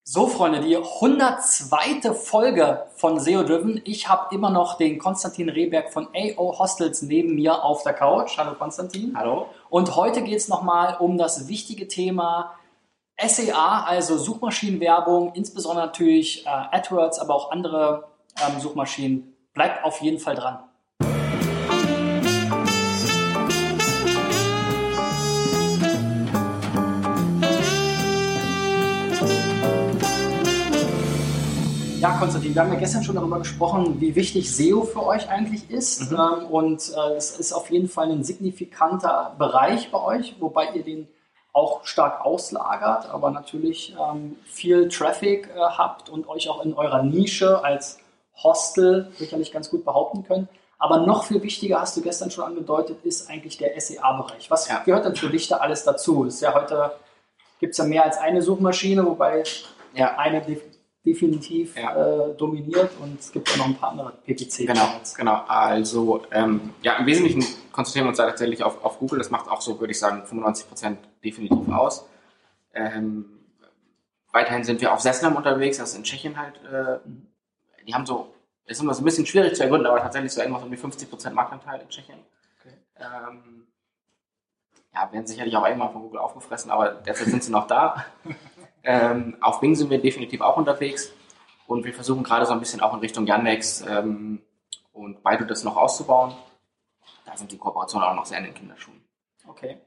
So, Freunde, die 102. Folge von SEO Driven. Ich habe immer noch den Konstantin Rehberg von AO Hostels neben mir auf der Couch. Hallo Konstantin. Hallo. Und heute geht es nochmal um das wichtige Thema SEA, also Suchmaschinenwerbung, insbesondere natürlich AdWords, aber auch andere Suchmaschinen. Bleibt auf jeden Fall dran. Ja, Konstantin, wir haben ja gestern schon darüber gesprochen, wie wichtig SEO für euch eigentlich ist. Es ist auf jeden Fall ein signifikanter Bereich bei euch, wobei ihr den auch stark auslagert, aber natürlich viel Traffic habt und euch auch in eurer Nische als Hostel sicherlich ganz gut behaupten könnt. Aber noch viel wichtiger, hast du gestern schon angedeutet, ist eigentlich der SEA-Bereich. Was gehört denn für dich da alles dazu? Ist ja heute, gibt es ja mehr als eine Suchmaschine, wobei eine definitiv dominiert, und es gibt auch noch ein paar andere PPC. Genau. Also im Wesentlichen konzentrieren wir uns da tatsächlich auf Google. Das macht auch so, würde ich sagen, 95% definitiv aus. Weiterhin sind wir auf Sesnam unterwegs, das ist in Tschechien halt. Die haben so, ist immer so ein bisschen schwierig zu ergründen, aber tatsächlich so irgendwas um die 50% Marktanteil in Tschechien. Okay. Werden sicherlich auch irgendwann von Google aufgefressen, aber derzeit sind sie noch da. Auf Bing sind wir definitiv auch unterwegs und wir versuchen gerade so ein bisschen auch in Richtung Yandex und Baidu das noch auszubauen. Da sind die Kooperationen auch noch sehr in den Kinderschuhen. Okay.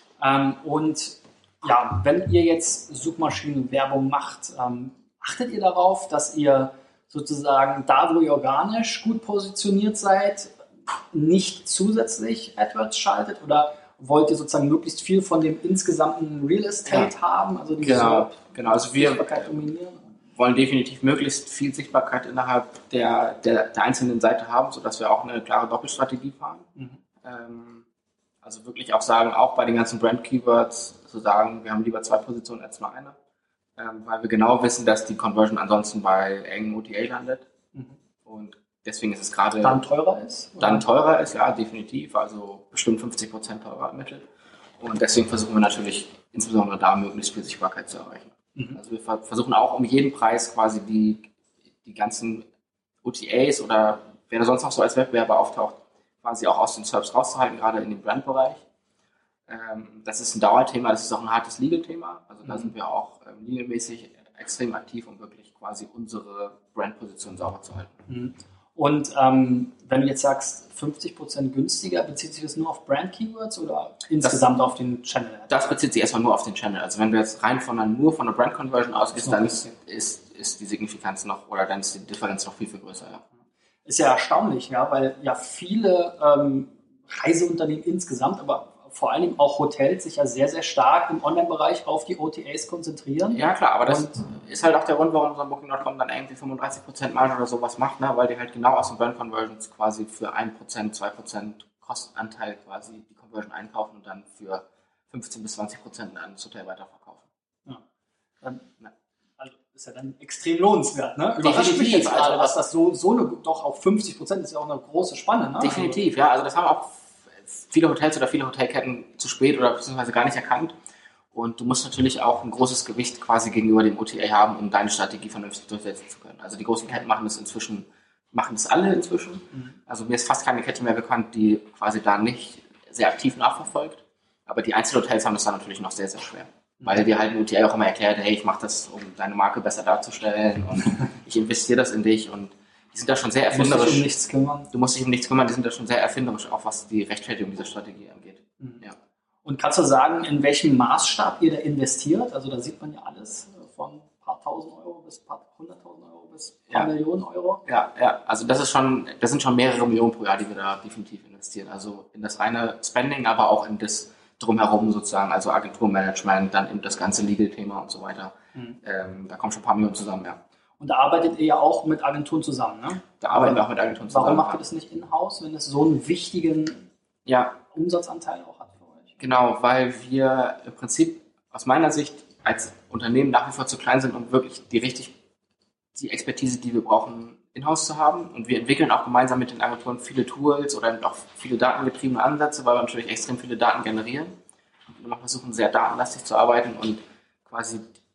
Wenn ihr jetzt Suchmaschinenwerbung macht, achtet ihr darauf, dass ihr sozusagen da, wo ihr organisch gut positioniert seid, nicht zusätzlich AdWords schaltet, oder wollt ihr sozusagen möglichst viel von dem insgesamten Real Estate haben? Also genau. Also wir Sichtbarkeit dominieren? Wollen definitiv möglichst viel Sichtbarkeit innerhalb der einzelnen Seite haben, sodass wir auch eine klare Doppelstrategie fahren. Also wirklich auch sagen, auch bei den ganzen Brand-Keywords, zu sagen, wir haben lieber 2 Positionen als nur eine, weil wir genau wissen, dass die Conversion ansonsten bei engen OTA landet. Und deswegen ist es gerade... Dann teurer ist? Oder? Dann teurer ist, ja, definitiv. Also bestimmt 50% teurer ermittelt. Und deswegen versuchen wir natürlich insbesondere da möglichst viel Sichtbarkeit zu erreichen. Also wir versuchen auch um jeden Preis quasi die ganzen OTAs oder wer da sonst noch so als Wettbewerber auftaucht, quasi auch aus den SERPs rauszuhalten, gerade in dem Brandbereich. Das ist ein Dauerthema, das ist auch ein hartes Legal-Thema. Also da sind wir auch legalmäßig extrem aktiv, um wirklich quasi unsere Brandposition sauber zu halten. Und wenn du jetzt sagst, 50% günstiger, bezieht sich das nur auf Brand-Keywords oder insgesamt auf den Channel? Das bezieht sich erstmal nur auf den Channel. Also wenn du jetzt rein nur von der Brand-Conversion ausgehst, dann ist die Signifikanz noch, oder dann ist die Differenz noch viel, viel größer. Ja. Ist ja erstaunlich, weil ja viele Reiseunternehmen insgesamt, aber vor allem auch Hotels sich ja sehr, sehr stark im Online-Bereich auf die OTAs konzentrieren. Ja klar, aber das ist halt auch der Grund, warum so ein Booking.com dann irgendwie 35% Marge oder sowas macht, ne? Weil die halt genau aus den Brand-Conversions quasi für 1%, 2% Kostenanteil quasi die Conversion einkaufen und dann für 15-20% an das Hotel weiterverkaufen. Also ist ja dann extrem lohnenswert, ne? Überrascht mich jetzt gerade, dass das so eine, doch auf 50% ist ja auch eine große Spanne, ne? Definitiv, ja. Also das haben auch viele Hotels oder viele Hotelketten zu spät oder beziehungsweise gar nicht erkannt. Und du musst natürlich auch ein großes Gewicht quasi gegenüber dem OTA haben, um deine Strategie vernünftig durchsetzen zu können. Also die großen Ketten machen das alle inzwischen. Also mir ist fast keine Kette mehr bekannt, die quasi da nicht sehr aktiv nachverfolgt. Aber die Einzelhotels haben das dann natürlich noch sehr, sehr schwer. Weil dir halt ein OTA auch immer erklärt, hey, ich mache das, um deine Marke besser darzustellen und ich investiere das in dich, und die sind da schon sehr erfinderisch. Du musst dich um nichts kümmern, die sind da schon sehr erfinderisch, auch was die Rechtfertigung dieser Strategie angeht. Ja. Und kannst du sagen, in welchem Maßstab ihr da investiert? Also da sieht man ja alles von ein paar tausend Euro bis ein paar 100.000 Euro bis ein paar Millionen Euro. Ja, also das sind schon mehrere Millionen pro Jahr, die wir da definitiv investieren. Also in das reine Spending, aber auch in das Drumherum sozusagen, also Agenturmanagement, dann in das ganze Legal-Thema und so weiter. Da kommen schon ein paar Millionen zusammen, ja. Und da arbeitet ihr ja auch mit Agenturen zusammen, ne? Da arbeiten wir auch mit Agenturen zusammen. Warum macht ihr das nicht in-house, wenn es so einen wichtigen Umsatzanteil auch hat für euch? Genau, weil wir im Prinzip aus meiner Sicht als Unternehmen nach wie vor zu klein sind, um wirklich die Expertise, die wir brauchen, in-house zu haben. Und wir entwickeln auch gemeinsam mit den Agenturen viele Tools oder auch viele datengetriebene Ansätze, weil wir natürlich extrem viele Daten generieren. Und wir versuchen sehr datenlastig zu arbeiten und quasi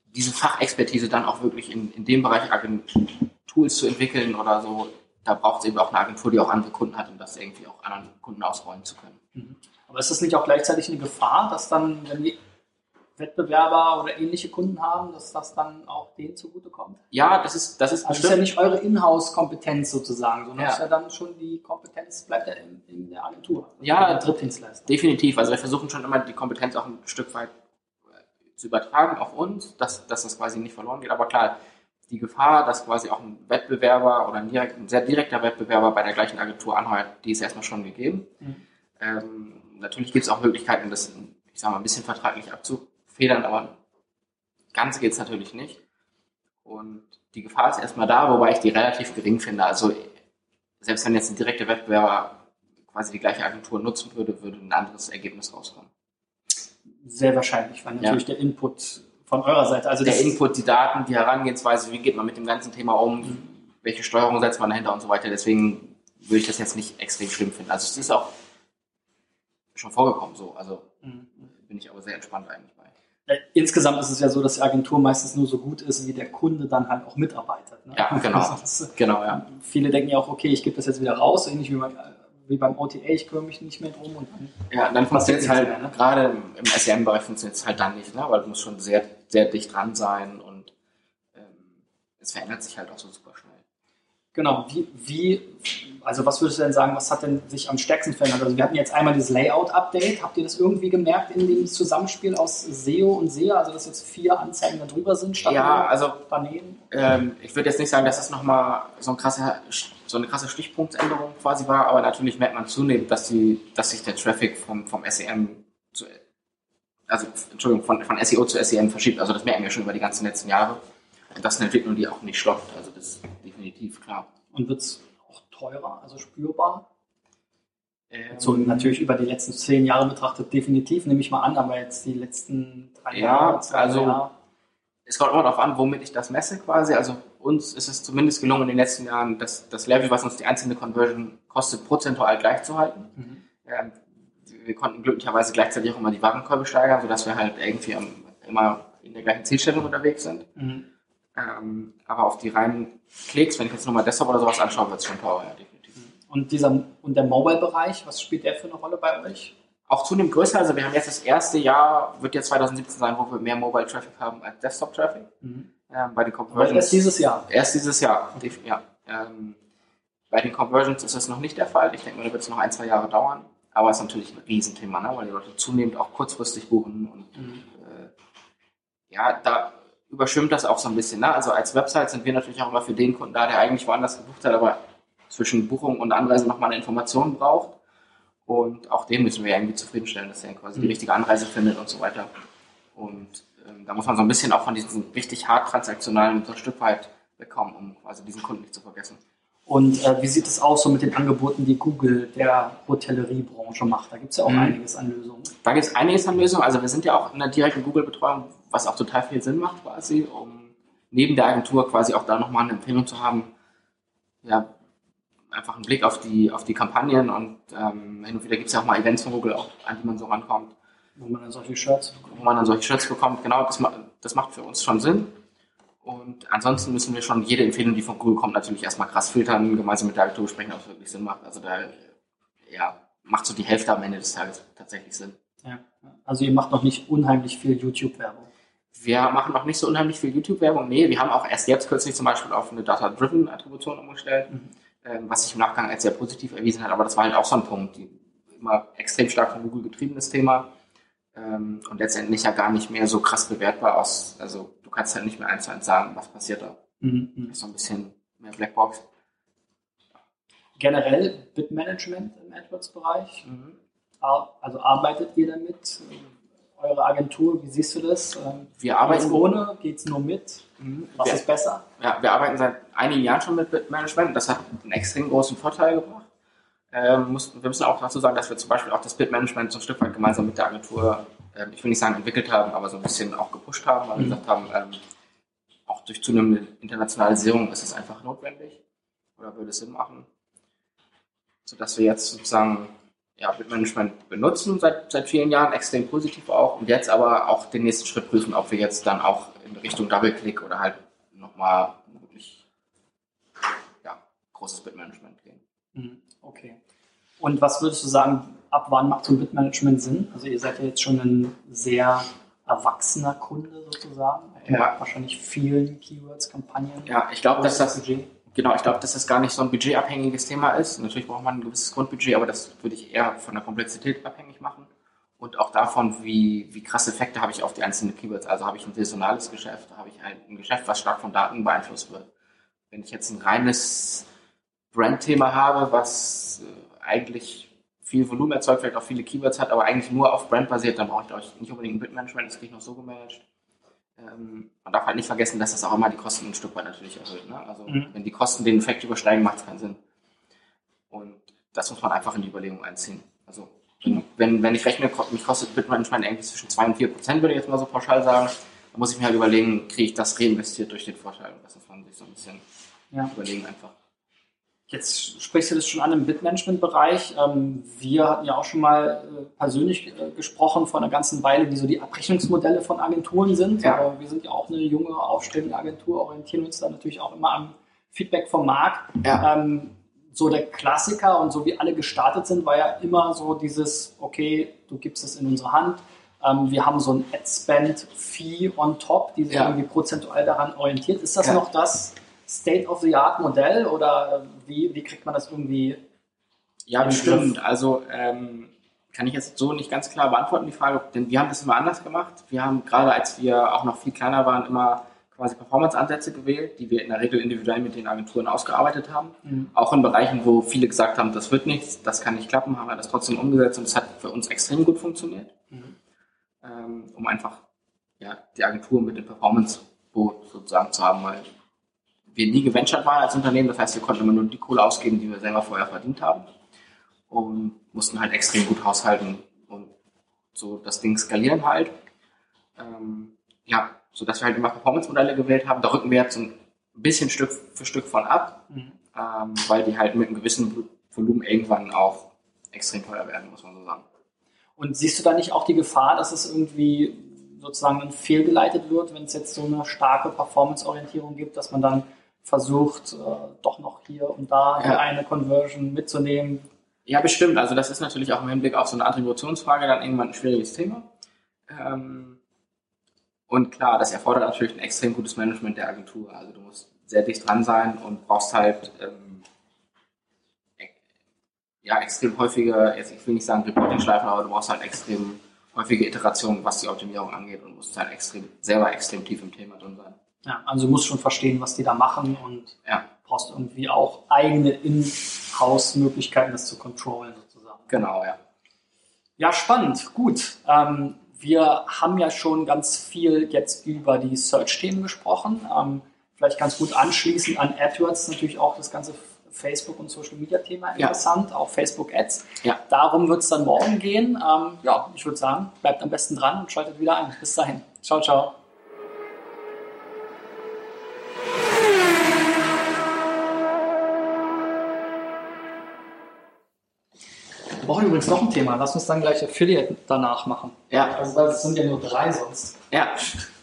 diese Fachexpertise dann auch wirklich in dem Bereich Tools zu entwickeln oder so, da braucht es eben auch eine Agentur, die auch andere Kunden hat, um das irgendwie auch anderen Kunden ausrollen zu können. Mhm. Aber ist das nicht auch gleichzeitig eine Gefahr, dass dann, wenn die Wettbewerber oder ähnliche Kunden haben, dass das dann auch denen zugutekommt? Ja, das ist also bestimmt. Das ist ja nicht eure Inhouse-Kompetenz sozusagen, sondern das ist ja dann schon die Kompetenz, bleibt ja in der Agentur. Ja, Drittdienstleister. Definitiv. Also wir versuchen schon immer die Kompetenz auch ein Stück weit zu übertragen auf uns, dass das quasi nicht verloren geht. Aber klar, die Gefahr, dass quasi auch ein Wettbewerber oder ein sehr direkter Wettbewerber bei der gleichen Agentur anheuert, die ist erstmal schon gegeben. Natürlich gibt es auch Möglichkeiten, das, ich sage mal, ein bisschen vertraglich abzufedern, aber ganz geht es natürlich nicht. Und die Gefahr ist erstmal da, wobei ich die relativ gering finde. Also selbst wenn jetzt ein direkter Wettbewerber quasi die gleiche Agentur nutzen würde ein anderes Ergebnis rauskommen. Sehr wahrscheinlich, weil natürlich der Input von eurer Seite, also der Input, die Daten, die Herangehensweise, wie geht man mit dem ganzen Thema um, welche Steuerung setzt man dahinter und so weiter. Deswegen würde ich das jetzt nicht extrem schlimm finden. Also es ist auch schon vorgekommen so. Also bin ich aber sehr entspannt eigentlich bei. Insgesamt ist es ja so, dass die Agentur meistens nur so gut ist, wie der Kunde dann halt auch mitarbeitet. Ne? Ja, genau. Genau, ja. Viele denken ja auch, okay, ich gebe das jetzt wieder raus, ähnlich wie beim OTA, ich kümmere mich nicht mehr drum. Und dann funktioniert es halt, ne? Gerade im SEM-Bereich funktioniert es halt dann nicht, ne? Weil du musst schon sehr, sehr dicht dran sein und es verändert sich halt auch so super schnell. Genau, also was würdest du denn sagen, was hat denn sich am stärksten verändert? Also wir hatten jetzt einmal dieses Layout-Update, habt ihr das irgendwie gemerkt in dem Zusammenspiel aus SEO und SEA, also dass jetzt 4 Anzeigen da drüber sind statt daneben? Ich würde jetzt nicht sagen, dass das nochmal so eine krasse Stichpunktsänderung quasi war, aber natürlich merkt man zunehmend, dass sich der Traffic vom SEM von SEO zu SEM verschiebt. Also das merken wir schon über die ganzen letzten Jahre. Und das ist eine Entwicklung, die auch nicht stoppt. Also das ist definitiv klar. Und wird es auch teurer, also spürbar? So natürlich über die letzten 10 Jahre betrachtet definitiv, nehme ich mal an, aber jetzt die letzten 3 Jahre, 2 Jahre. Es kommt immer darauf an, womit ich das messe quasi. Also uns ist es zumindest gelungen in den letzten Jahren, das Level, was uns die einzelne Conversion kostet, prozentual gleich zu halten. Wir konnten glücklicherweise gleichzeitig auch immer die Warenkörbe steigern, sodass wir halt irgendwie immer in der gleichen Zielstellung unterwegs sind. Aber auf die reinen Klicks, wenn ich jetzt nochmal Desktop oder sowas anschaue, wird es schon teurer, ja, definitiv. Und der Mobile-Bereich, was spielt der für eine Rolle bei euch? Auch zunehmend größer. Also wir haben jetzt das erste Jahr, wird jetzt 2017 sein, wo wir mehr Mobile-Traffic haben als Desktop-Traffic. Bei den Conversions. Erst dieses Jahr? Erst dieses Jahr, ja. Bei den Conversions ist das noch nicht der Fall. Ich denke mal, da wird es noch 1-2 Jahre dauern. Aber es ist natürlich ein Riesenthema, ne? Weil die Leute zunehmend auch kurzfristig buchen. Und da überschwimmt das auch so ein bisschen. Ne? Also als Website sind wir natürlich auch immer für den Kunden da, der eigentlich woanders gebucht hat, aber zwischen Buchung und Anreise nochmal eine Information braucht. Und auch den müssen wir irgendwie zufriedenstellen, dass er quasi die richtige Anreise findet und so weiter. Und da muss man so ein bisschen auch von diesen richtig hart transaktionalen so ein Stück weit wegkommen, um quasi diesen Kunden nicht zu vergessen. Und wie sieht es aus so mit den Angeboten, die Google der Hotelleriebranche macht? Da gibt es ja auch einiges an Lösungen. Da gibt es einiges an Lösungen. Also wir sind ja auch in der direkten Google-Betreuung, was auch total viel Sinn macht quasi, um neben der Agentur quasi auch da nochmal eine Empfehlung zu haben, ja, einfach einen Blick auf die Kampagnen und hin und wieder gibt es ja auch mal Events von Google, auch, an die man so rankommt. Wo man dann solche Shirts bekommt. Genau, das macht für uns schon Sinn. Und ansonsten müssen wir schon jede Empfehlung, die von Google kommt, natürlich erstmal krass filtern, gemeinsam mit der Agentur besprechen, ob es wirklich Sinn macht. Also da macht so die Hälfte am Ende des Tages tatsächlich Sinn. Ja. Also ihr macht noch nicht unheimlich viel YouTube-Werbung? Wir machen noch nicht so unheimlich viel YouTube-Werbung. Nee, wir haben auch erst jetzt kürzlich zum Beispiel auf eine Data-Driven-Attribution umgestellt, was sich im Nachgang als sehr positiv erwiesen hat. Aber das war halt auch so ein Punkt, die immer extrem stark von Google getriebenes Thema und letztendlich ja gar nicht mehr so krass bewertbar aus. Also du kannst halt nicht mehr 1:1 sagen, was passiert da. Das ist so ein bisschen mehr Blackbox. Generell Bid-Management im AdWords-Bereich. Also arbeitet ihr damit? Eure Agentur, wie siehst du das? Wir arbeiten ohne, geht es nur mit? Was ist besser? Ja, wir arbeiten seit einigen Jahren schon mit Bid-Management. Das hat einen extrem großen Vorteil gebracht. Wir müssen auch dazu sagen, dass wir zum Beispiel auch das Bid-Management so ein Stück weit gemeinsam mit der Agentur, ich will nicht sagen entwickelt haben, aber so ein bisschen auch gepusht haben, weil wir gesagt haben, auch durch zunehmende Internationalisierung ist es einfach notwendig oder würde es Sinn machen, sodass wir jetzt sozusagen Bitmanagement benutzen seit vielen Jahren, extrem positiv auch, und jetzt aber auch den nächsten Schritt prüfen, ob wir jetzt dann auch in Richtung Double-Click oder halt nochmal wirklich großes Bitmanagement gehen. Okay. Und was würdest du sagen, ab wann macht so ein Bitmanagement Sinn? Also ihr seid ja jetzt schon ein sehr erwachsener Kunde sozusagen. Wahrscheinlich vielen Keywords, Kampagnen. Ja, ich glaube, dass das gar nicht so ein budgetabhängiges Thema ist. Natürlich braucht man ein gewisses Grundbudget, aber das würde ich eher von der Komplexität abhängig machen und auch davon, wie krasse Effekte habe ich auf die einzelnen Keywords. Also habe ich ein saisonales Geschäft, habe ich halt ein Geschäft, was stark von Daten beeinflusst wird. Wenn ich jetzt ein reines Brandthema habe, was eigentlich viel Volumen erzeugt, vielleicht auch viele Keywords hat, aber eigentlich nur auf Brand basiert, dann brauche ich euch nicht unbedingt ein Bitmanagement, das kriege ich noch so gemanagt. Man darf halt nicht vergessen, dass das auch immer die Kosten ein Stück weit natürlich erhöht. Ne? Also wenn die Kosten den Effekt übersteigen, macht es keinen Sinn. Und das muss man einfach in die Überlegung einziehen. Also wenn ich rechne, mich kostet Bitmanagement irgendwie zwischen 2% und 4%, würde ich jetzt mal so pauschal sagen, dann muss ich mir halt überlegen, kriege ich das reinvestiert durch den Vorteil. Das muss man sich so ein bisschen überlegen einfach. Jetzt sprichst du das schon an im Bitmanagement-Bereich. Wir hatten ja auch schon mal persönlich gesprochen vor einer ganzen Weile, wie so die Abrechnungsmodelle von Agenturen sind. Ja. Aber wir sind ja auch eine junge, aufstrebende Agentur, orientieren uns da natürlich auch immer am Feedback vom Markt. Ja. So der Klassiker und so wie alle gestartet sind, war ja immer so dieses, okay, du gibst es in unsere Hand. Wir haben so ein Ad-Spend-Fee on top, die sich irgendwie prozentual daran orientiert. Ist das noch das State-of-the-Art-Modell oder wie kriegt man das irgendwie? Ja, bestimmt. Also kann ich jetzt so nicht ganz klar beantworten, die Frage, denn wir haben das immer anders gemacht. Wir haben gerade, als wir auch noch viel kleiner waren, immer quasi Performance-Ansätze gewählt, die wir in der Regel individuell mit den Agenturen ausgearbeitet haben. Auch in Bereichen, wo viele gesagt haben, das wird nichts, das kann nicht klappen, haben wir das trotzdem umgesetzt und es hat für uns extrem gut funktioniert. Um einfach die Agentur mit dem Performance-Boot sozusagen zu haben, weil wir nie geventured waren als Unternehmen, das heißt, wir konnten immer nur die Kohle ausgeben, die wir selber vorher verdient haben und mussten halt extrem gut haushalten und so das Ding skalieren halt. So dass wir halt immer Performance-Modelle gewählt haben. Da rücken wir jetzt ein bisschen Stück für Stück von ab, weil die halt mit einem gewissen Volumen irgendwann auch extrem teuer werden, muss man so sagen. Und siehst du da nicht auch die Gefahr, dass es irgendwie sozusagen dann fehlgeleitet wird, wenn es jetzt so eine starke Performance-Orientierung gibt, dass man dann versucht, doch noch hier und da eine Conversion mitzunehmen? Ja, bestimmt. Also das ist natürlich auch im Hinblick auf so eine Attributionsfrage dann irgendwann ein schwieriges Thema. Und klar, das erfordert natürlich ein extrem gutes Management der Agentur. Also du musst sehr dicht dran sein und brauchst halt extrem häufige, jetzt ich will nicht sagen Reporting-Schleifen, aber du brauchst halt extrem häufige Iterationen, was die Optimierung angeht und musst halt selber extrem tief im Thema drin sein. Ja, also du musst schon verstehen, was die da machen und brauchst irgendwie auch eigene In-House-Möglichkeiten, das zu controllen sozusagen. Genau, ja. Ja, spannend, gut. Wir haben ja schon ganz viel jetzt über die Search-Themen gesprochen. Vielleicht ganz gut anschließend an AdWords natürlich auch das ganze Facebook- und Social-Media-Thema interessant, auch Facebook-Ads. Ja. Darum wird es dann morgen gehen. Ich würde sagen, bleibt am besten dran und schaltet wieder ein. Bis dahin. Ciao, ciao. Wir brauchen übrigens noch ein Thema. Lass uns dann gleich Affiliate danach machen. Ja. Also, weil es sind ja nur 3 sonst. Ja.